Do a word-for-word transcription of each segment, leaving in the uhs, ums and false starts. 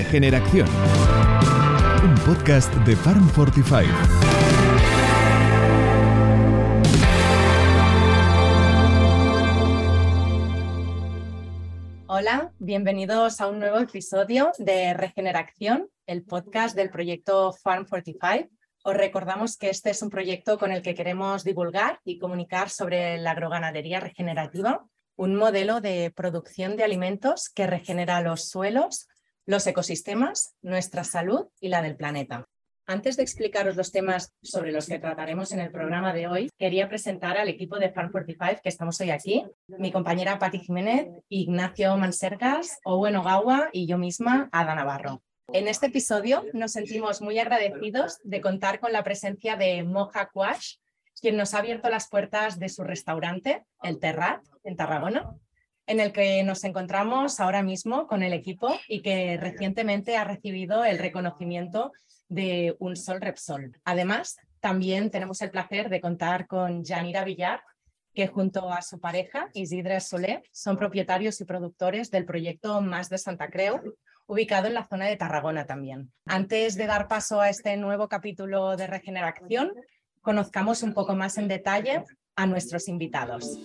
Regeneración, un podcast de Farm cuarenta y cinco. Hola, bienvenidos a un nuevo episodio de Regeneración, el podcast del proyecto Farm cuarenta y cinco. Os recordamos que este es un proyecto con el que queremos divulgar y comunicar sobre la agroganadería regenerativa, un modelo de producción de alimentos que regenera los suelos, los ecosistemas, nuestra salud y la del planeta. Antes de explicaros los temas sobre los que trataremos en el programa de hoy, quería presentar al equipo de Farm cuarenta y cinco que estamos hoy aquí, mi compañera Pati Jiménez, Ignacio Mansergas, Owen Ogawa y yo misma, Ada Navarro. En este episodio nos sentimos muy agradecidos de contar con la presencia de Moja Quash, quien nos ha abierto las puertas de su restaurante, El Terrat, en Tarragona, en el que nos encontramos ahora mismo con el equipo y que recientemente ha recibido el reconocimiento de un Sol Repsol. Además, también tenemos el placer de contar con Yanira Villar, que junto a su pareja, Isidre Soler, son propietarios y productores del proyecto Mas de Santa Creu, ubicado en la zona de Tarragona también. Antes de dar paso a este nuevo capítulo de Regeneración, conozcamos un poco más en detalle a nuestros invitados.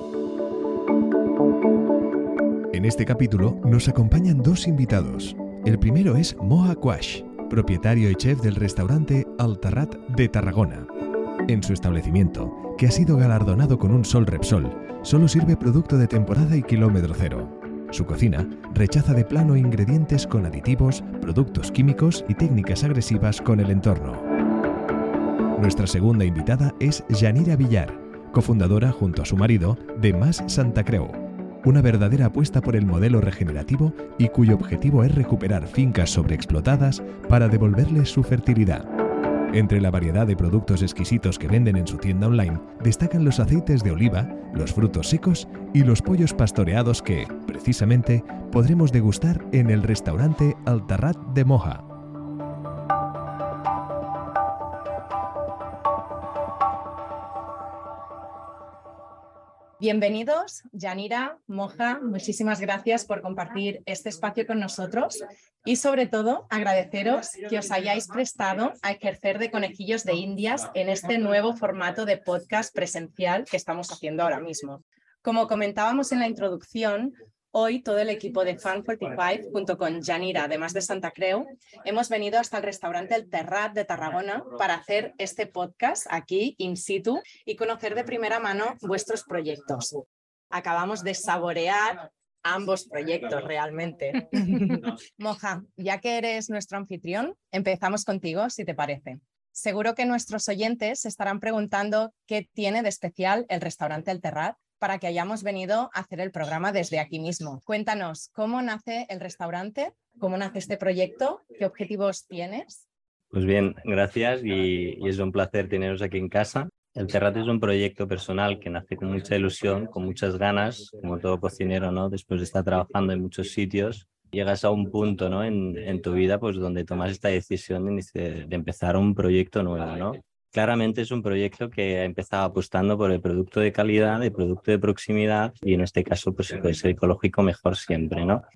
En este capítulo nos acompañan dos invitados. El primero es Moja Quash, propietario y chef del restaurante El Terrat de Tarragona. En su establecimiento, que ha sido galardonado con un Sol Repsol, solo sirve producto de temporada y kilómetro cero. Su cocina rechaza de plano ingredientes con aditivos, productos químicos y técnicas agresivas con el entorno. Nuestra segunda invitada es Yanira Villar, cofundadora junto a su marido de Mas Santa Creu, una verdadera apuesta por el modelo regenerativo y cuyo objetivo es recuperar fincas sobreexplotadas para devolverles su fertilidad. Entre la variedad de productos exquisitos que venden en su tienda online, destacan los aceites de oliva, los frutos secos y los pollos pastoreados que, precisamente, podremos degustar en el restaurante El Terrat de Moja. Bienvenidos, Yanira, Moja, muchísimas gracias por compartir este espacio con nosotros y sobre todo agradeceros que os hayáis prestado a ejercer de conejillos de indias en este nuevo formato de podcast presencial que estamos haciendo ahora mismo. Como comentábamos en la introducción, hoy todo el equipo de Farm cuarenta y cinco, junto con Yanira, además de Santa Creu, hemos venido hasta el restaurante El Terrat de Tarragona para hacer este podcast aquí in situ y conocer de primera mano vuestros proyectos. Acabamos de saborear ambos proyectos realmente. Moja, ya que eres nuestro anfitrión, empezamos contigo, si te parece. Seguro que nuestros oyentes se estarán preguntando qué tiene de especial el restaurante El Terrat para que hayamos venido a hacer el programa desde aquí mismo. Cuéntanos, ¿cómo nace el restaurante? ¿Cómo nace este proyecto? ¿Qué objetivos tienes? Pues bien, gracias y, y es un placer teneros aquí en casa. El Terrat es un proyecto personal que nace con mucha ilusión, con muchas ganas, como todo cocinero, ¿no? Después de estar trabajando en muchos sitios, llegas a un punto, ¿no? en, en tu vida pues, donde tomas esta decisión de, de empezar un proyecto nuevo, ¿no? Claramente es un proyecto que ha empezado apostando por el producto de calidad, el producto de proximidad y en este caso pues si puede ser ecológico mejor siempre, ¿no?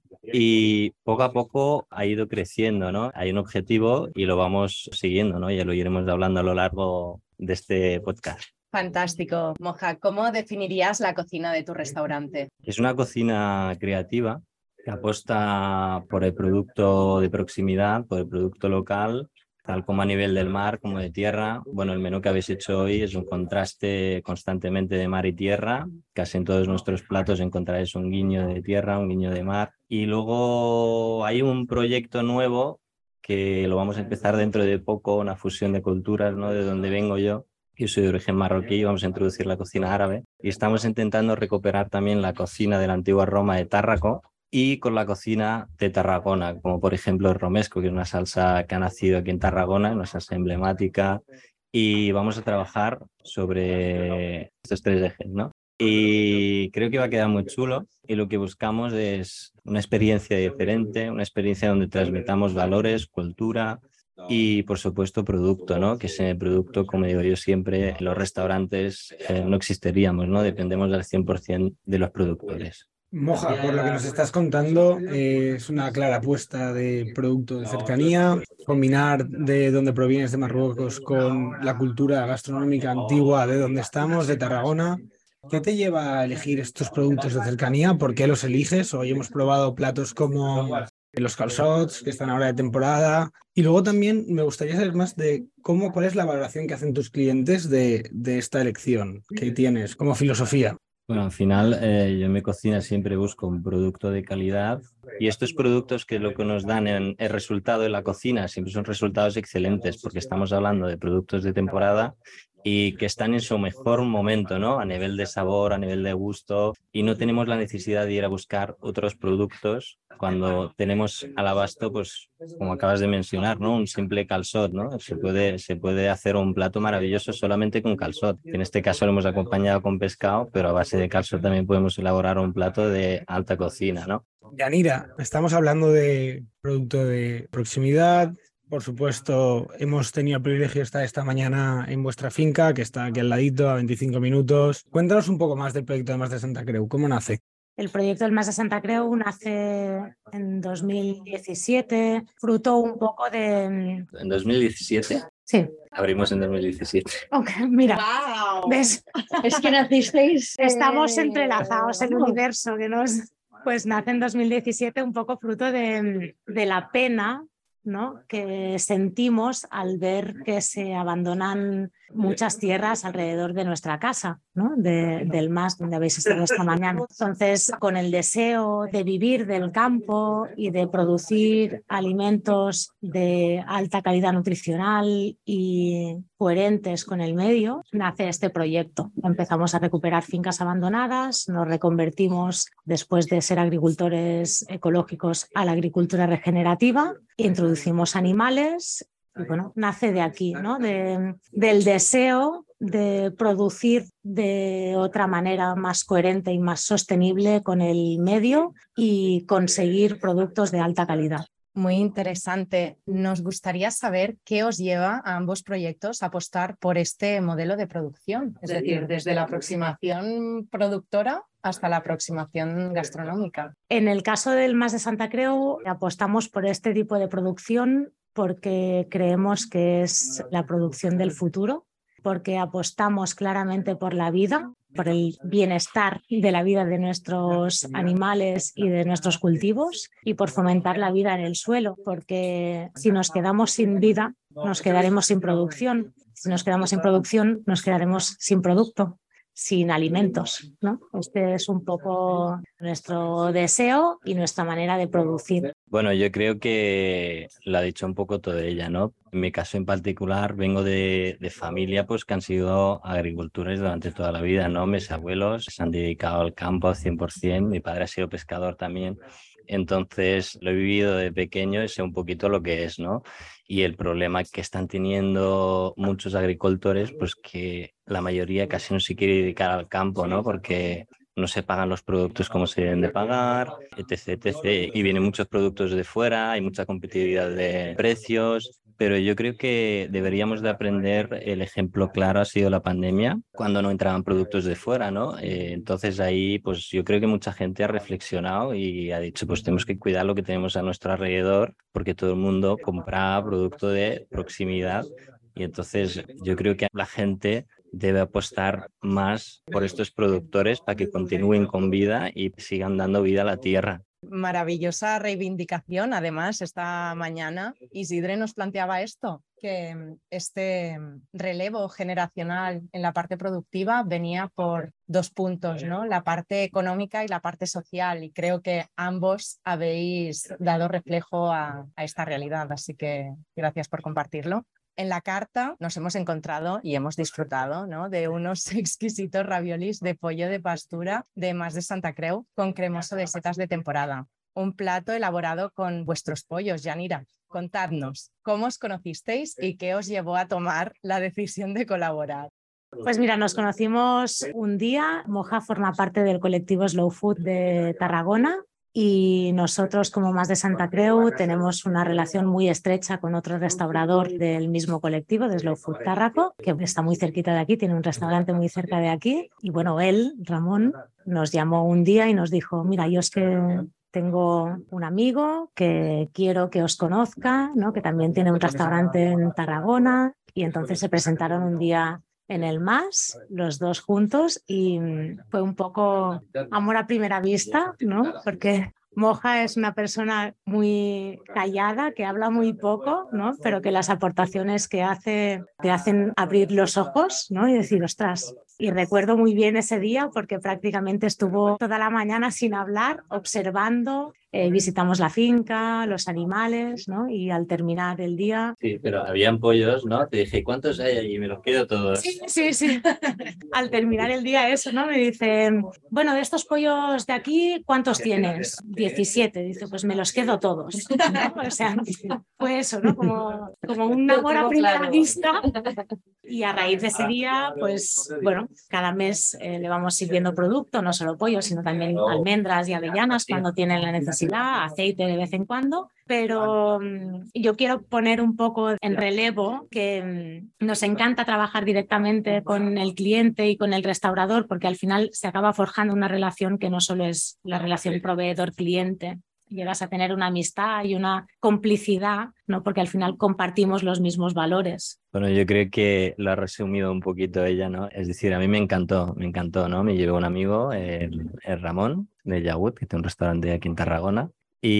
Y poco a poco ha ido creciendo, ¿no? Hay un objetivo y lo vamos siguiendo, ¿no? Ya lo iremos hablando a lo largo de este podcast. Fantástico. Moja, ¿cómo definirías la cocina de tu restaurante? Es una cocina creativa que apuesta por el producto de proximidad, por el producto local, tal como a nivel del mar como de tierra. Bueno, el menú que habéis hecho hoy es un contraste constantemente de mar y tierra. Casi en todos nuestros platos encontraréis un guiño de tierra, un guiño de mar. Y luego hay un proyecto nuevo que lo vamos a empezar dentro de poco, una fusión de culturas, ¿no? De donde vengo yo. Yo soy de origen marroquí y vamos a introducir la cocina árabe. Y estamos intentando recuperar también la cocina de la antigua Roma de Tárraco, y con la cocina de Tarragona, como por ejemplo el romesco, que es una salsa que ha nacido aquí en Tarragona, una salsa emblemática, y vamos a trabajar sobre estos tres ejes, ¿no? Y creo que va a quedar muy chulo y lo que buscamos es una experiencia diferente, una experiencia donde transmitamos valores, cultura y por supuesto producto, ¿no? Que ese producto, como digo yo siempre, en los restaurantes eh, no existiríamos, ¿no? Dependemos al cien por ciento de los productores. Moja, por lo que nos estás contando, eh, es una clara apuesta de producto de cercanía, combinar de dónde provienes de Marruecos con la cultura gastronómica antigua de donde estamos, de Tarragona. ¿Qué te lleva a elegir estos productos de cercanía? ¿Por qué los eliges? Hoy hemos probado platos como los calçots, que están ahora de temporada. Y luego también me gustaría saber más de cómo, cuál es la valoración que hacen tus clientes de, de esta elección que tienes como filosofía. Bueno, al final eh, yo en mi cocina siempre busco un producto de calidad y estos productos que lo que nos dan en el resultado en la cocina siempre son resultados excelentes porque estamos hablando de productos de temporada y que están en su mejor momento, ¿no? A nivel de sabor, a nivel de gusto, y no tenemos la necesidad de ir a buscar otros productos cuando tenemos al abasto, pues como acabas de mencionar, ¿no? Un simple calçot, ¿no? Se puede, se puede hacer un plato maravilloso solamente con calçot. En este caso lo hemos acompañado con pescado, pero a base de calçot también podemos elaborar un plato de alta cocina, ¿no? Yanira, estamos hablando de producto de proximidad. Por supuesto, hemos tenido el privilegio de estar esta mañana en vuestra finca, que está aquí al ladito, a veinticinco minutos. Cuéntanos un poco más del proyecto de Mas de Santa Creu. ¿Cómo nace? El proyecto del Mas de Santa Creu nace en dos mil diecisiete, fruto un poco de... ¿En dos mil diecisiete? Sí. Abrimos en dos mil diecisiete. Okay, mira, ¡Wow! ¿ves? Es que nacisteis... Estamos eh, entrelazados, el universo que nos... Pues nace en dos mil diecisiete un poco fruto de, de la pena, ¿no?, que sentimos al ver que se abandonan muchas tierras alrededor de nuestra casa, ¿no?, de, del Mas, donde habéis estado esta mañana. Entonces, con el deseo de vivir del campo y de producir alimentos de alta calidad nutricional y coherentes con el medio, nace este proyecto. Empezamos a recuperar fincas abandonadas, nos reconvertimos después de ser agricultores ecológicos a la agricultura regenerativa, introducimos animales y bueno, nace de aquí, ¿no?, de, del deseo de producir de otra manera más coherente y más sostenible con el medio y conseguir productos de alta calidad. Muy interesante. Nos gustaría saber qué os lleva a ambos proyectos a apostar por este modelo de producción, es decir, desde la aproximación productora hasta la aproximación gastronómica. En el caso del Mas de Santa Creu, apostamos por este tipo de producción porque creemos que es la producción del futuro, porque apostamos claramente por la vida, por el bienestar de la vida de nuestros animales y de nuestros cultivos y por fomentar la vida en el suelo, porque si nos quedamos sin vida, nos quedaremos sin producción. Si nos quedamos sin producción, nos quedaremos sin producto, sin alimentos, ¿no? Este es un poco nuestro deseo y nuestra manera de producir. Bueno, yo creo que lo ha dicho un poco todo ella, ¿no? En mi caso en particular vengo de, de familia pues que han sido agricultores durante toda la vida, ¿no? Mis abuelos se han dedicado al campo al cien por ciento, mi padre ha sido pescador también. Entonces lo he vivido de pequeño y sé un poquito lo que es, ¿no? Y el problema que están teniendo muchos agricultores, pues que la mayoría casi no se quiere dedicar al campo, ¿no? Porque no se pagan los productos como se deben de pagar, etc, etcétera. Y vienen muchos productos de fuera, hay mucha competitividad de precios, pero yo creo que deberíamos de aprender. El ejemplo claro ha sido la pandemia, cuando no entraban productos de fuera, ¿no? Eh, entonces ahí, pues yo creo que mucha gente ha reflexionado y ha dicho, pues tenemos que cuidar lo que tenemos a nuestro alrededor, porque todo el mundo compra producto de proximidad. Y entonces yo creo que la gente debe apostar más por estos productores para que continúen con vida y sigan dando vida a la tierra. Maravillosa reivindicación. Además, esta mañana Isidre nos planteaba esto, que este relevo generacional en la parte productiva venía por dos puntos, ¿no? La parte económica y la parte social, y creo que ambos habéis dado reflejo a, a esta realidad, así que gracias por compartirlo. En la carta nos hemos encontrado y hemos disfrutado, ¿no?, de unos exquisitos raviolis de pollo de pastura de Mas de Santa Creu con cremoso de setas de temporada. Un plato elaborado con vuestros pollos, Yanira. Contadnos, ¿cómo os conocisteis y qué os llevó a tomar la decisión de colaborar? Pues mira, nos conocimos un día. Moja forma parte del colectivo Slow Food de Tarragona y nosotros como Mas de Santa Creu tenemos una relación muy estrecha con otro restaurador del mismo colectivo, de Slow Food Tárraco, que está muy cerquita de aquí, tiene un restaurante muy cerca de aquí y bueno, él, Ramón, nos llamó un día y nos dijo, mira, yo es que tengo un amigo que quiero que os conozca, ¿no? Que también tiene un restaurante en Tarragona y entonces se presentaron un día en el Mas, los dos juntos y fue un poco amor a primera vista, ¿no? Porque Moja es una persona muy callada, que habla muy poco, ¿no? Pero que las aportaciones que hace te hacen abrir los ojos, ¿no? Y decir, ostras. Y recuerdo muy bien ese día porque prácticamente estuvo toda la mañana sin hablar, observando, eh, visitamos la finca, los animales, ¿no? Y al terminar el día... Sí, pero habían pollos, ¿no? Te dije, ¿cuántos hay allí? Me los quedo todos. Sí, sí, sí. Al terminar el día eso, ¿no? Me dicen, bueno, de estos pollos de aquí, ¿cuántos tienes? diecisiete. Dice, pues me los quedo todos, ¿no? O sea, fue eso, ¿no? Como, como un amor a primera vista. Y a raíz de ese día, pues, bueno, cada mes eh, le vamos sirviendo producto, no solo pollo, sino también almendras y avellanas cuando tienen la necesidad, aceite de vez en cuando. Pero um, yo quiero poner un poco en relevo que um, nos encanta trabajar directamente con el cliente y con el restaurador, porque al final se acaba forjando una relación que no solo es la relación proveedor-cliente. Llegas a tener una amistad y una complicidad, ¿no? Porque al final compartimos los mismos valores. Bueno, yo creo que lo ha resumido un poquito ella, ¿no? Es decir, a mí me encantó, me encantó, ¿no? Me llevé un amigo, el, el Ramón, de Yagut, que tiene un restaurante aquí en Tarragona.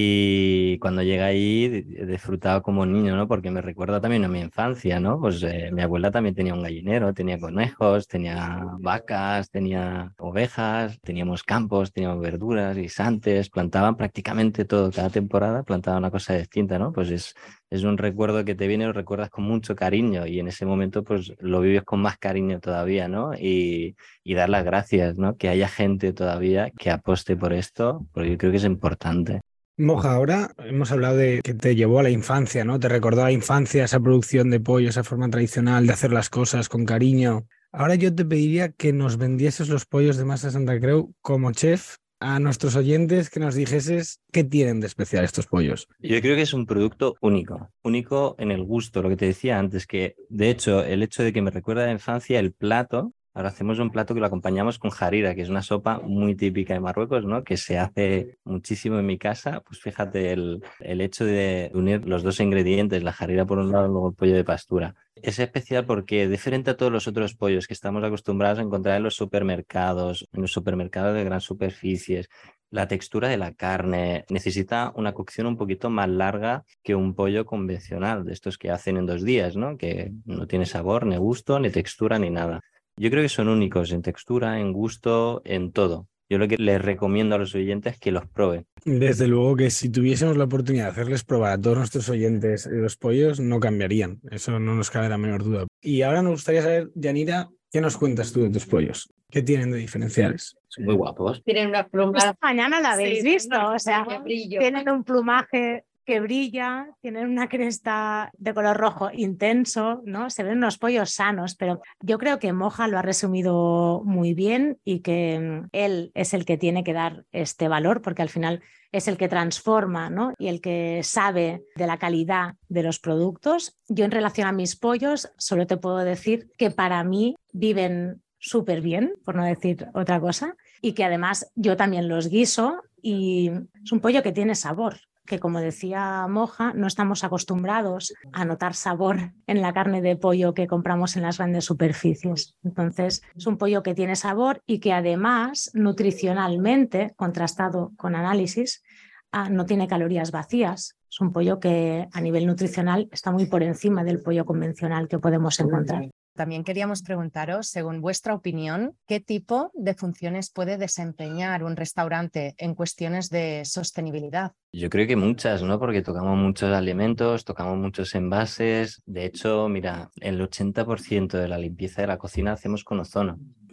Y cuando llega ahí disfrutaba como niño, ¿no? Porque me recuerda también a mi infancia, ¿no? Pues eh, mi abuela también tenía un gallinero, tenía conejos, tenía vacas, tenía ovejas, teníamos campos, teníamos verduras, guisantes, plantaban prácticamente todo, cada temporada plantaban una cosa distinta, ¿no? Pues es, es un recuerdo que te viene, lo recuerdas con mucho cariño y en ese momento pues lo vives con más cariño todavía, ¿no? Y, y dar las gracias, ¿no? Que haya gente todavía que aposte por esto, porque yo creo que es importante. Moja, ahora hemos hablado de que te llevó a la infancia, ¿no? Te recordó a la infancia esa producción de pollo, esa forma tradicional de hacer las cosas con cariño. Ahora yo te pediría que nos vendieses los pollos de Mas de Santa Creu como chef a nuestros oyentes, que nos dijeses qué tienen de especial estos pollos. Yo creo que es un producto único, único en el gusto, lo que te decía antes, que de hecho el hecho de que me recuerda a la infancia, el plato. Ahora hacemos un plato que lo acompañamos con jarira, que es una sopa muy típica de Marruecos, ¿no? Que se hace muchísimo en mi casa. Pues fíjate, el, el hecho de unir los dos ingredientes, la jarira por un lado y luego el pollo de pastura. Es especial porque, diferente a todos los otros pollos que estamos acostumbrados a encontrar en los supermercados, en los supermercados de gran superficies, la textura de la carne necesita una cocción un poquito más larga que un pollo convencional, de estos que hacen en dos días, ¿no? Que no tiene sabor, ni gusto, ni textura, ni nada. Yo creo que son únicos en textura, en gusto, en todo. Yo lo que les recomiendo a los oyentes es que los prueben. Desde luego que si tuviésemos la oportunidad de hacerles probar a todos nuestros oyentes los pollos, no cambiarían. Eso no nos cabe la menor duda. Y ahora nos gustaría saber, Yanira, ¿qué nos cuentas tú de tus pollos? ¿Qué tienen de diferenciales? Son muy guapos. Tienen una pluma. Esta mañana la habéis Sí, visto, o sea, brillo. tienen un plumaje que brilla, tienen una cresta de color rojo intenso, ¿no? Se ven unos pollos sanos, pero yo creo que Moja lo ha resumido muy bien y que él es el que tiene que dar este valor, porque al final es el que transforma, ¿no? Y el que sabe de la calidad de los productos. Yo en relación a mis pollos solo te puedo decir que para mí viven súper bien, por no decir otra cosa, y que además yo también los guiso y es un pollo que tiene sabor, que como decía Moja, no estamos acostumbrados a notar sabor en la carne de pollo que compramos en las grandes superficies. Entonces, es un pollo que tiene sabor y que además, nutricionalmente, contrastado con análisis, no tiene calorías vacías. Es un pollo que a nivel nutricional está muy por encima del pollo convencional que podemos encontrar. También queríamos preguntaros, según vuestra opinión, ¿qué tipo de funciones puede desempeñar un restaurante en cuestiones de sostenibilidad? Yo creo que muchas, ¿no? Porque tocamos muchos alimentos, tocamos muchos envases. De hecho, mira, el ochenta por ciento de la limpieza de la cocina hacemos con ozono.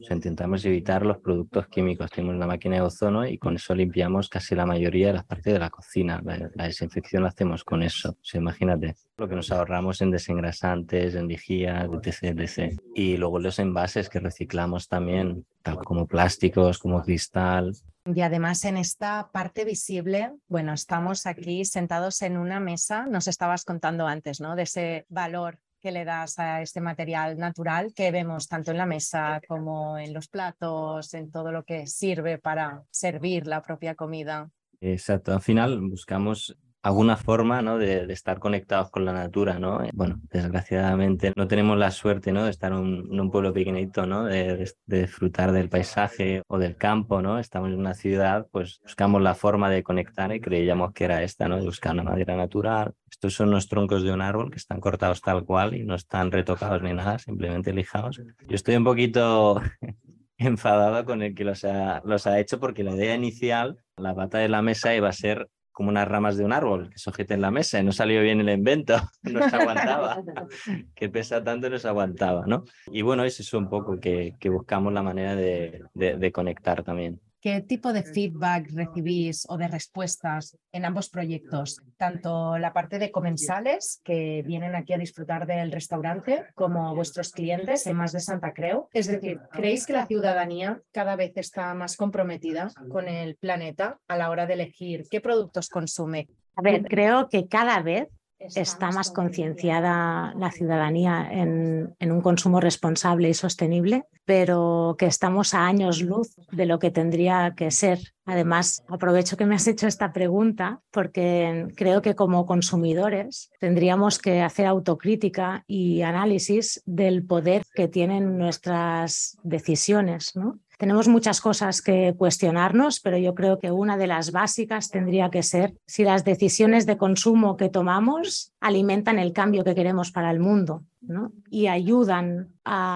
O sea, intentamos evitar los productos químicos. Tenemos una máquina de ozono y con eso limpiamos casi la mayoría de las partes de la cocina. La, la desinfección la hacemos con eso. O sea, imagínate lo que nos ahorramos en desengrasantes, en lijías, etcétera, etcétera. Y luego los envases que reciclamos también, tal como plásticos, como cristal. Y además en esta parte visible, bueno, estamos aquí sentados en una mesa, nos estabas contando antes, ¿no? De ese valor que le das a este material natural que vemos tanto en la mesa como en los platos, en todo lo que sirve para servir la propia comida. Exacto, al final buscamos alguna forma, ¿no? de, de estar conectados con la natura, ¿no? Bueno, desgraciadamente no tenemos la suerte, ¿no? de estar en un, en un pueblo pequeñito, ¿no? De, de, de disfrutar del paisaje o del campo, ¿no? Estamos en una ciudad, pues buscamos la forma de conectar y creíamos que era esta, ¿no? De buscar una madera natural. Estos son los troncos de un árbol que están cortados tal cual y no están retocados ni nada, simplemente lijados. Yo estoy un poquito enfadado con el que los ha, los ha hecho porque la idea inicial, la pata de la mesa iba a ser como unas ramas de un árbol que sujeten la mesa y no salió bien el invento, no se aguantaba, que pesa tanto no se aguantaba, ¿no? Y bueno, eso es un poco que, que buscamos la manera de, de, de conectar también. ¿Qué tipo de feedback recibís o de respuestas en ambos proyectos? Tanto la parte de comensales que vienen aquí a disfrutar del restaurante como vuestros clientes en Mas de Santa Creu. Es decir, ¿creéis que la ciudadanía cada vez está más comprometida con el planeta a la hora de elegir qué productos consume? A ver, creo que cada vez está más concienciada la ciudadanía en, en un consumo responsable y sostenible, pero que estamos a años luz de lo que tendría que ser. Además, aprovecho que me has hecho esta pregunta porque creo que como consumidores tendríamos que hacer autocrítica y análisis del poder que tienen nuestras decisiones, ¿no? Tenemos muchas cosas que cuestionarnos, pero yo creo que una de las básicas tendría que ser si las decisiones de consumo que tomamos alimentan el cambio que queremos para el mundo, ¿no? Y ayudan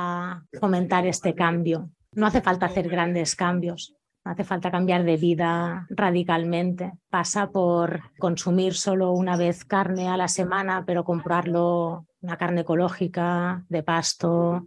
a fomentar este cambio. No hace falta hacer grandes cambios. No hace falta cambiar de vida radicalmente. Pasa por consumir solo una vez carne a la semana, pero comprarlo una carne ecológica, de pasto,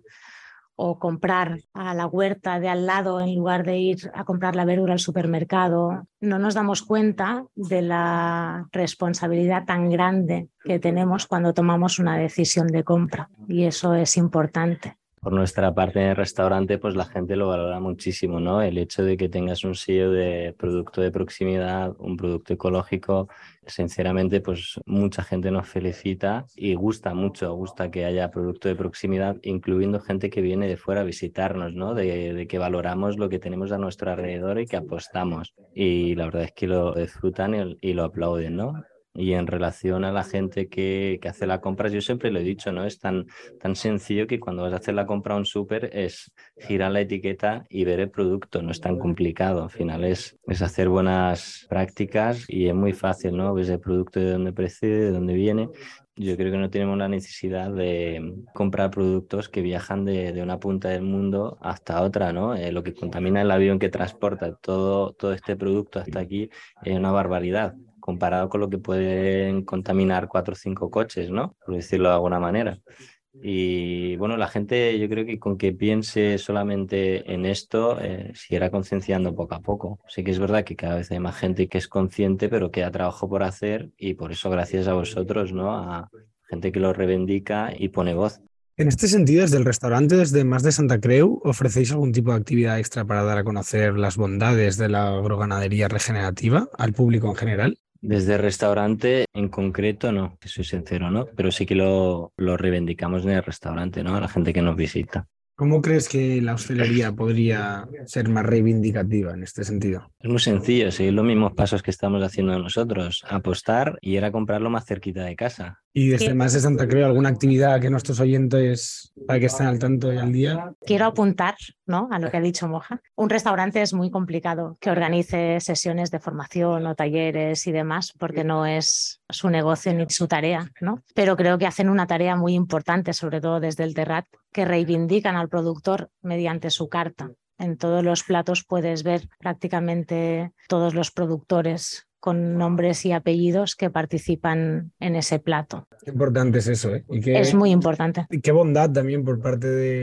o comprar a la huerta de al lado en lugar de ir a comprar la verdura al supermercado. No nos damos cuenta de la responsabilidad tan grande que tenemos cuando tomamos una decisión de compra y eso es importante. Por nuestra parte en el restaurante, pues la gente lo valora muchísimo, ¿no? El hecho de que tengas un sello de producto de proximidad, un producto ecológico, sinceramente, pues mucha gente nos felicita y gusta mucho, gusta que haya producto de proximidad, incluyendo gente que viene de fuera a visitarnos, ¿no? De, de que valoramos lo que tenemos a nuestro alrededor y que apostamos. Y la verdad es que lo disfrutan y, y lo aplauden, ¿no? Y en relación a la gente que, que hace la compra, yo siempre lo he dicho, ¿no? Es tan, tan sencillo que cuando vas a hacer la compra a un súper es girar la etiqueta y ver el producto, no es tan complicado. Al final es, es hacer buenas prácticas y es muy fácil, ¿no? Ves el producto de dónde procede, de dónde viene. Yo creo que no tenemos la necesidad de comprar productos que viajan de, de una punta del mundo hasta otra, ¿no? Eh, lo que contamina el avión que transporta todo, todo este producto hasta aquí es una barbaridad, comparado con lo que pueden contaminar cuatro o cinco coches, ¿no? Por decirlo de alguna manera. Y bueno, la gente yo creo que con que piense solamente en esto eh, se irá concienciando poco a poco. Sí que es verdad que cada vez hay más gente que es consciente, pero queda trabajo por hacer y por eso gracias a vosotros, ¿no? A gente que lo reivindica y pone voz. En este sentido, desde el restaurante, desde Mas de Santa Creu, ¿ofrecéis algún tipo de actividad extra para dar a conocer las bondades de la agroganadería regenerativa al público en general? Desde el restaurante en concreto no, que soy sincero, ¿no? Pero sí que lo, lo reivindicamos en el restaurante, ¿no? A la gente que nos visita. ¿Cómo crees que la hostelería podría ser más reivindicativa en este sentido? Es muy sencillo, seguir los mismos pasos que estamos haciendo nosotros, apostar y ir a comprarlo más cerquita de casa. Y desde Mas de Santa Creu, ¿alguna actividad que nuestros oyentes, para que estén al tanto y al día? Quiero apuntar, ¿no?, a lo que ha dicho Moja. Un restaurante es muy complicado que organice sesiones de formación o talleres y demás, porque no es su negocio ni su tarea, ¿no? Pero creo que hacen una tarea muy importante, sobre todo desde el Terrat, que reivindican al productor mediante su carta. En todos los platos puedes ver prácticamente todos los productores con nombres y apellidos que participan en ese plato. Qué importante es eso, ¿eh? Y qué, es muy importante. Y qué bondad también por parte de,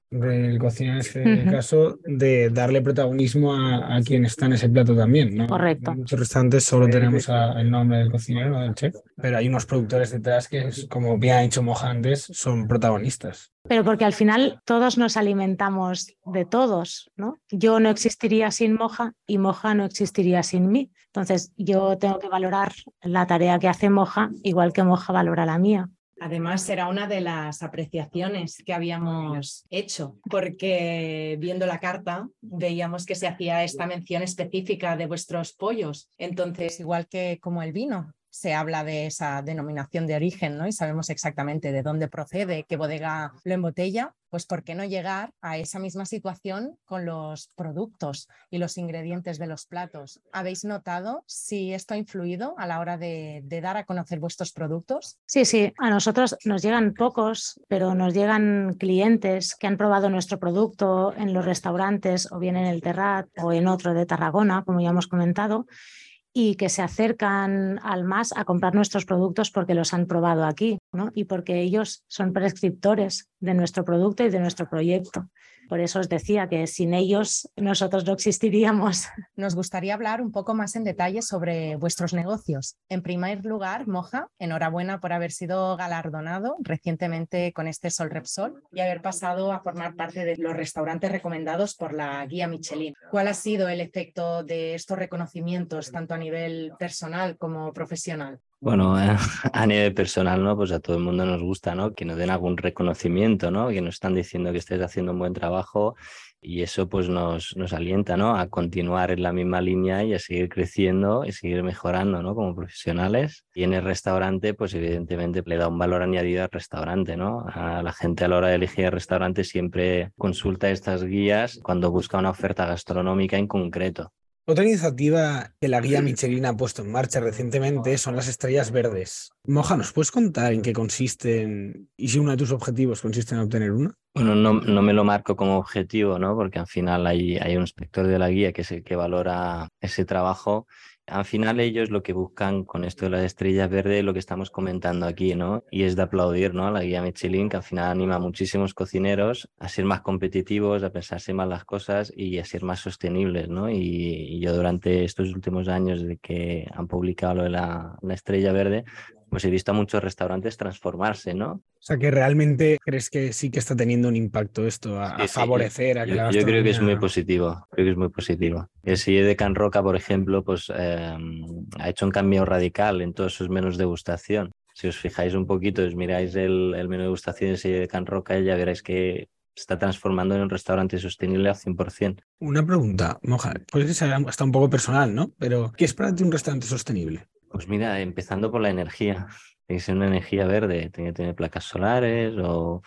del cocinero en este Ujú. caso, de darle protagonismo a, a quien está en ese plato también, ¿no? Correcto. En muchos restaurantes solo tenemos a- el nombre del cocinero, ¿no? Del chef, pero hay unos productores detrás que, es, como bien ha dicho Moja antes, son protagonistas. Pero porque al final todos nos alimentamos de todos, ¿no? Yo no existiría sin Moja y Moja no existiría sin mí. Entonces yo tengo que valorar la tarea que hace Moja igual que Moja valora la mía. Además, era una de las apreciaciones que habíamos hecho, porque viendo la carta veíamos que se hacía esta mención específica de vuestros pollos. Entonces, igual que como el vino, se habla de esa denominación de origen, ¿no? Y sabemos exactamente de dónde procede, qué bodega lo embotella, pues ¿por qué no llegar a esa misma situación con los productos y los ingredientes de los platos? ¿Habéis notado si esto ha influido a la hora de, de dar a conocer vuestros productos? Sí, sí, a nosotros nos llegan pocos, pero nos llegan clientes que han probado nuestro producto en los restaurantes o bien en el Terrat o en otro de Tarragona, como ya hemos comentado, y que se acercan al más a comprar nuestros productos porque los han probado aquí, ¿no? Y porque ellos son prescriptores de nuestro producto y de nuestro proyecto. Por eso os decía que sin ellos nosotros no existiríamos. Nos gustaría hablar un poco más en detalle sobre vuestros negocios. En primer lugar, Moja, enhorabuena por haber sido galardonado recientemente con este Sol Repsol y haber pasado a formar parte de los restaurantes recomendados por la guía Michelin. ¿Cuál ha sido el efecto de estos reconocimientos, tanto a nivel personal como profesional? Bueno, eh, a nivel personal, ¿no? Pues a todo el mundo nos gusta, ¿no? Que nos den algún reconocimiento, ¿no? Que nos están diciendo que estés haciendo un buen trabajo y eso pues nos, nos alienta, ¿no? A continuar en la misma línea y a seguir creciendo y seguir mejorando, ¿no? Como profesionales. Y en el restaurante, pues evidentemente le da un valor añadido al restaurante, ¿no? A la gente a la hora de elegir el restaurante siempre consulta estas guías cuando busca una oferta gastronómica en concreto. Otra iniciativa que la guía Michelin ha puesto en marcha recientemente son las estrellas verdes. Moja, ¿nos puedes contar en qué consisten y si uno de tus objetivos consiste en obtener una? Bueno, no, no me lo marco como objetivo, ¿no? Porque al final hay, hay un inspector de la guía que es el que valora ese trabajo. Al final ellos lo que buscan con esto de las estrellas verdes es lo que estamos comentando aquí, ¿no? Y es de aplaudir, ¿no? A la guía Michelin, que al final anima a muchísimos cocineros a ser más competitivos, a pensarse más las cosas y a ser más sostenibles, ¿no? Y, y yo durante estos últimos años de que han publicado lo de la, la estrella verde, pues he visto a muchos restaurantes transformarse, ¿no? O sea, que realmente crees que sí que está teniendo un impacto esto a, Sí, a sí, favorecer a que yo, la yo creo que es muy gastronomía... positivo, creo que es muy positivo. El sello de Can Roca, por ejemplo, pues eh, ha hecho un cambio radical en todos sus menús de degustación. Si os fijáis un poquito, os miráis el, el menú de degustación del sello de Can Roca, ya veréis que se está transformando en un restaurante sostenible al cien por ciento. Una pregunta, Moja, puede ser hasta un poco personal, ¿no? Pero, ¿qué es para ti un restaurante sostenible? Pues mira, empezando por la energía. Tiene que ser una energía verde, tiene que tener placas solares o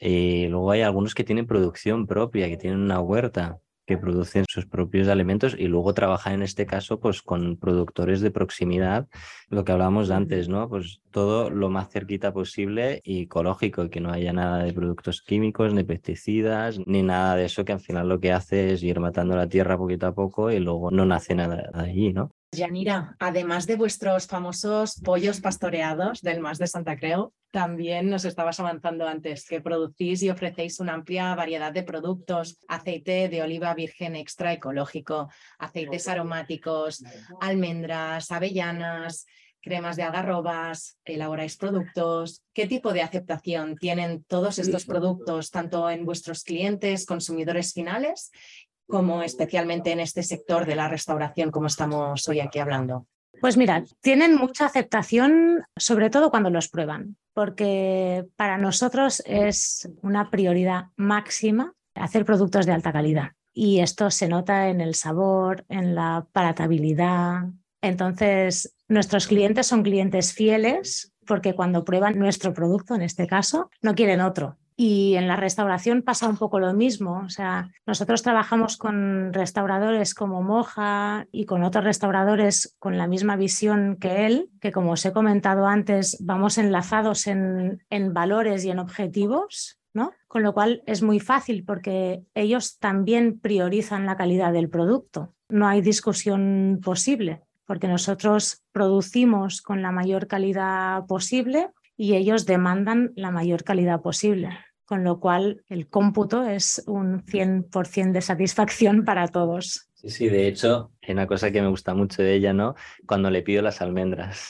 y luego hay algunos que tienen producción propia, que tienen una huerta, que producen sus propios alimentos y luego trabajan en este caso pues con productores de proximidad, lo que hablábamos antes, ¿no? Pues todo lo más cerquita posible y ecológico, y que no haya nada de productos químicos, ni pesticidas, ni nada de eso que al final lo que hace es ir matando la tierra poquito a poco y luego no nace nada de allí, ¿no? Yanira, además de vuestros famosos pollos pastoreados del Mas de Santa Creu, también nos estabas avanzando antes que producís y ofrecéis una amplia variedad de productos, aceite de oliva virgen extra ecológico, aceites aromáticos, almendras, avellanas, cremas de algarrobas, elaboráis productos. ¿Qué tipo de aceptación tienen todos estos productos, tanto en vuestros clientes, consumidores finales, como especialmente en este sector de la restauración, como estamos hoy aquí hablando? Pues mirad, tienen mucha aceptación, sobre todo cuando los prueban, porque para nosotros es una prioridad máxima hacer productos de alta calidad. Y esto se nota en el sabor, en la palatabilidad. Entonces, nuestros clientes son clientes fieles porque cuando prueban nuestro producto, en este caso, no quieren otro. Y en la restauración pasa un poco lo mismo. O sea, nosotros trabajamos con restauradores como Moja y con otros restauradores con la misma visión que él, que como os he comentado antes, vamos enlazados en, en valores y en objetivos, ¿no? Con lo cual es muy fácil porque ellos también priorizan la calidad del producto. No hay discusión posible porque nosotros producimos con la mayor calidad posible y ellos demandan la mayor calidad posible. con lo cual el cómputo es un cien por ciento de satisfacción para todos. Sí, sí, de hecho, hay una cosa que me gusta mucho de ella, ¿no? Cuando le pido las almendras.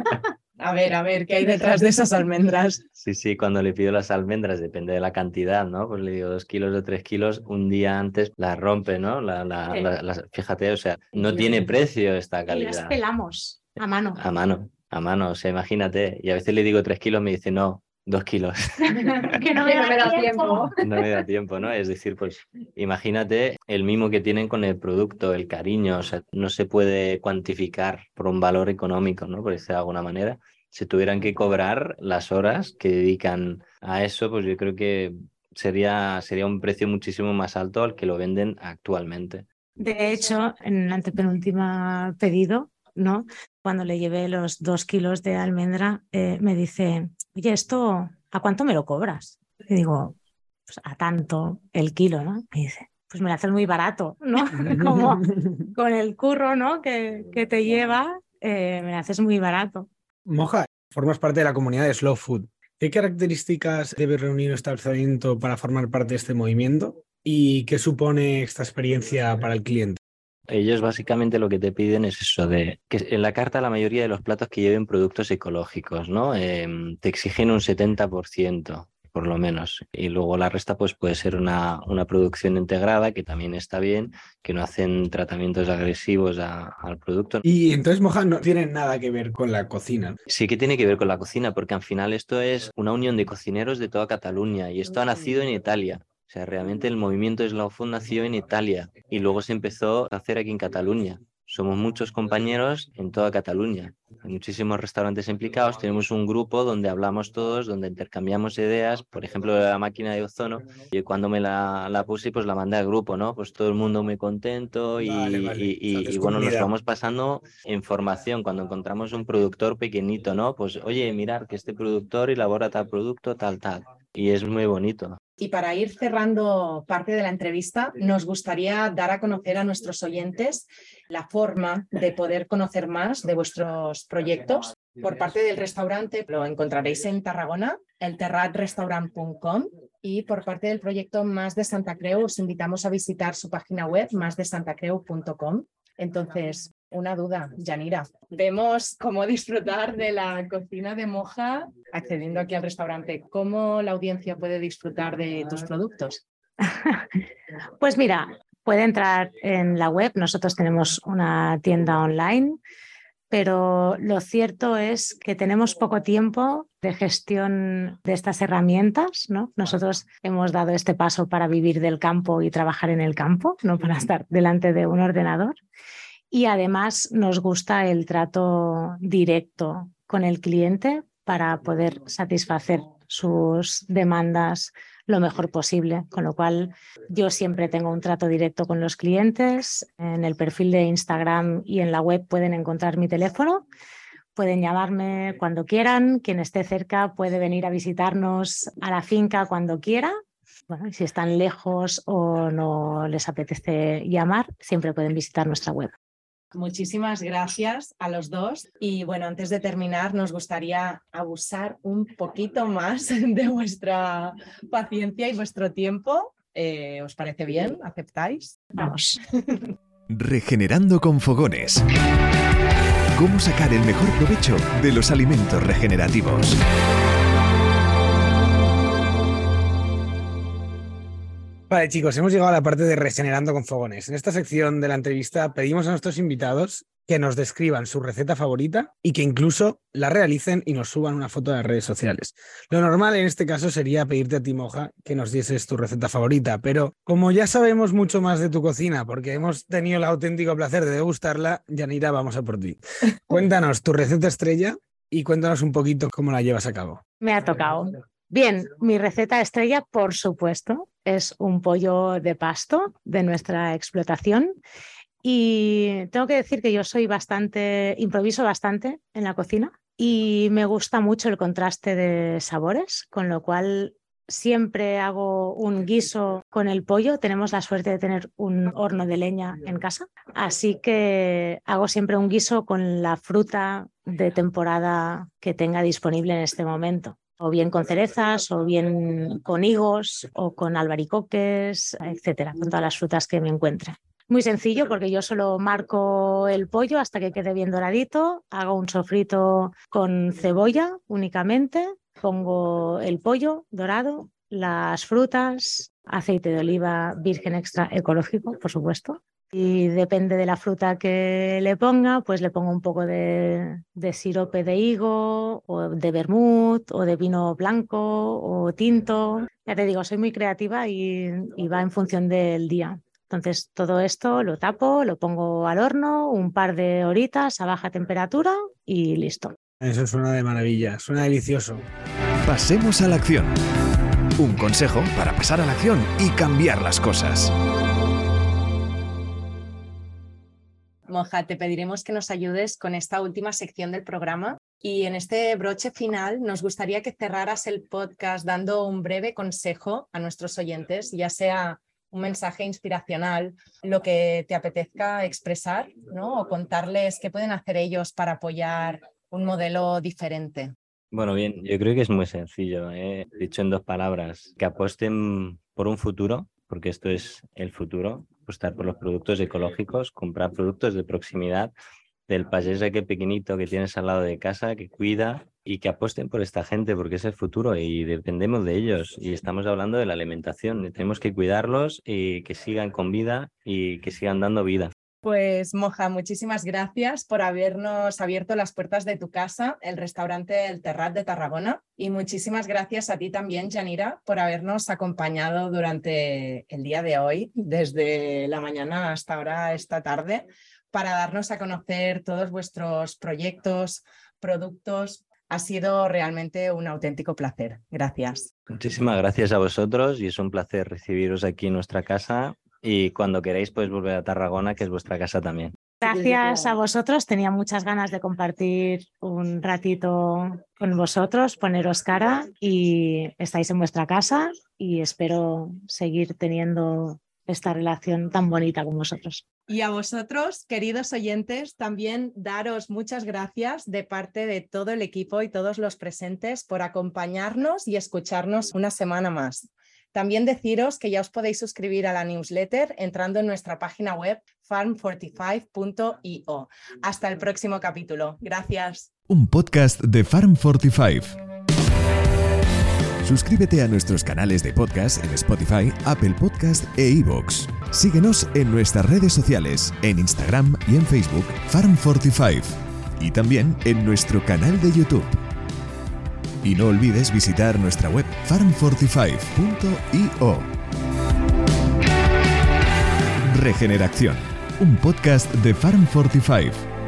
A ver, a ver, ¿qué hay detrás de esas almendras? Sí, sí, cuando le pido las almendras, depende de la cantidad, ¿no? Pues le digo dos kilos o tres kilos, un día antes las rompe, ¿no? La, la, Sí. la, la- fíjate, o sea, no tiene precio esta Y las calidad. pelamos a mano. A mano, a mano, o sea, imagínate. Y a veces le digo tres kilos, me dice, no, dos kilos. Que no me da tiempo. No me da tiempo, ¿no? Es decir, pues imagínate el mimo que tienen con el producto, el cariño, o sea, no se puede cuantificar por un valor económico, ¿no? Por decirlo de alguna manera. Si tuvieran que cobrar las horas que dedican a eso, pues yo creo que sería, sería un precio muchísimo más alto al que lo venden actualmente. De hecho, en el antepenúltimo pedido, ¿no? Cuando le llevé los dos kilos de almendra, eh, me dice, oye, ¿esto a cuánto me lo cobras? Y digo, pues a tanto el kilo, ¿no? Y dice, pues me lo haces muy barato, ¿no? Como con el curro, ¿no? que, que te lleva, eh, me lo haces muy barato. Moja, formas parte de la comunidad de Slow Food. ¿Qué características debe reunir un establecimiento para formar parte de este movimiento? ¿Y qué supone esta experiencia para el cliente? Ellos básicamente lo que te piden es eso de que en la carta la mayoría de los platos que lleven productos ecológicos, ¿no? Eh, te exigen un setenta por ciento por lo menos, y luego la resta pues puede ser una, una producción integrada, que también está bien, que no hacen tratamientos agresivos a, al producto. Y entonces, Moja, no tiene nada que ver con la cocina. Sí que tiene que ver con la cocina, porque al final esto es una unión de cocineros de toda Cataluña y esto ha nacido en Italia. O sea, realmente el movimiento Slow Food nació en Italia y luego se empezó a hacer aquí en Cataluña. Somos muchos compañeros en toda Cataluña. Hay muchísimos restaurantes implicados. Tenemos un grupo donde hablamos todos, donde intercambiamos ideas. Por ejemplo, la máquina de ozono. Yo cuando me la, la puse, pues la mandé al grupo, ¿no? Pues todo el mundo muy contento y, Vale, vale. y, y, O sea, y bueno, nos comunidad. vamos pasando información. Cuando encontramos un productor pequeñito, ¿no? Pues oye, mirar que este productor elabora tal producto, tal, tal. Y es muy bonito. Y para ir cerrando parte de la entrevista, nos gustaría dar a conocer a nuestros oyentes la forma de poder conocer más de vuestros proyectos. Por parte del restaurante lo encontraréis en Tarragona, el terrat restaurant punto com, y por parte del proyecto Mas de Santa Creu os invitamos a visitar su página web mas de santa creu punto com. Entonces, una duda, Yanira. Vemos cómo disfrutar de la cocina de Moja accediendo aquí al restaurante. ¿Cómo la audiencia puede disfrutar de tus productos? Pues mira, puede entrar en la web. Nosotros tenemos una tienda online, pero lo cierto es que tenemos poco tiempo de gestión de estas herramientas, ¿no? Nosotros hemos dado este paso para vivir del campo y trabajar en el campo, no para estar delante de un ordenador. Y además nos gusta el trato directo con el cliente para poder satisfacer sus demandas lo mejor posible, con lo cual yo siempre tengo un trato directo con los clientes. En el perfil de Instagram y en la web pueden encontrar mi teléfono, pueden llamarme cuando quieran, quien esté cerca puede venir a visitarnos a la finca cuando quiera. Bueno, y si están lejos o no les apetece llamar, siempre pueden visitar nuestra web. Muchísimas gracias a los dos. Y bueno, antes de terminar, nos gustaría abusar un poquito más de vuestra paciencia y vuestro tiempo. Eh, ¿Os parece bien? ¿Aceptáis? Vamos. Regenerando con fogones. ¿Cómo sacar el mejor provecho de los alimentos regenerativos? Vale, chicos, hemos llegado a la parte de Regenerando con Fogones. En esta sección de la entrevista pedimos a nuestros invitados que nos describan su receta favorita y que incluso la realicen y nos suban una foto a las redes sociales. Lo normal en este caso sería pedirte a ti, Moja, que nos dieses tu receta favorita, pero como ya sabemos mucho más de tu cocina, porque hemos tenido el auténtico placer de degustarla, Yanira, vamos a por ti. Cuéntanos tu receta estrella y cuéntanos un poquito cómo la llevas a cabo. Me ha tocado. Bien, mi receta estrella, por supuesto, es un pollo de pasto de nuestra explotación. Y tengo que decir que yo soy bastante, improviso bastante en la cocina y me gusta mucho el contraste de sabores, con lo cual siempre hago un guiso con el pollo. Tenemos la suerte de tener un horno de leña en casa, así que hago siempre un guiso con la fruta de temporada que tenga disponible en este momento. o bien con cerezas, o bien con higos, o con albaricoques, etcétera, con todas las frutas que me encuentre. Muy sencillo porque yo solo marco el pollo hasta que quede bien doradito, hago un sofrito con cebolla únicamente, pongo el pollo dorado, las frutas, aceite de oliva virgen extra ecológico, por supuesto. Y depende de la fruta que le ponga, pues le pongo un poco de, de sirope de higo o de vermut o de vino blanco o tinto. Ya te digo, soy muy creativa y, y va en función del día. Entonces todo esto lo tapo, lo pongo al horno un par de horitas a baja temperatura y listo. Eso suena de maravilla, suena delicioso. Pasemos a la acción. Un consejo para pasar a la acción y cambiar las cosas. Moja, te pediremos que nos ayudes con esta última sección del programa y en este broche final nos gustaría que cerraras el podcast dando un breve consejo a nuestros oyentes, ya sea un mensaje inspiracional, lo que te apetezca expresar, ¿no? O contarles qué pueden hacer ellos para apoyar un modelo diferente. Bueno, bien, yo creo que es muy sencillo, ¿eh? Dicho en dos palabras, que apuesten por un futuro, porque esto es el futuro, apostar por los productos ecológicos, comprar productos de proximidad del payés aquel pequeñito que tienes al lado de casa, que cuida, y que apuesten por esta gente porque es el futuro y dependemos de ellos. Y estamos hablando de la alimentación, y tenemos que cuidarlos y que sigan con vida y que sigan dando vida. Pues Moja, muchísimas gracias por habernos abierto las puertas de tu casa, el restaurante El Terrat de Tarragona, y muchísimas gracias a ti también, Yanira, por habernos acompañado durante el día de hoy, desde la mañana hasta ahora esta tarde, para darnos a conocer todos vuestros proyectos, productos. Ha sido realmente un auténtico placer. Gracias. Muchísimas gracias a vosotros y es un placer recibiros aquí en nuestra casa. Y cuando queráis podéis volver a Tarragona, que es vuestra casa también. Gracias a vosotros, tenía muchas ganas de compartir un ratito con vosotros, poneros cara y estáis en vuestra casa y espero seguir teniendo esta relación tan bonita con vosotros. Y a vosotros, queridos oyentes, también daros muchas gracias de parte de todo el equipo y todos los presentes por acompañarnos y escucharnos una semana más. También deciros que ya os podéis suscribir a la newsletter entrando en nuestra página web farm cuarenta y cinco punto i o. Hasta el próximo capítulo. Gracias. Un podcast de Farm cuarenta y cinco. Suscríbete a nuestros canales de podcast en Spotify, Apple Podcast e iVoox. Síguenos en nuestras redes sociales, en Instagram y en Facebook, Farm cuarenta y cinco. Y también en nuestro canal de YouTube. Y no olvides visitar nuestra web farm cuarenta y cinco punto i o. Regeneración, un podcast de Farm cuarenta y cinco.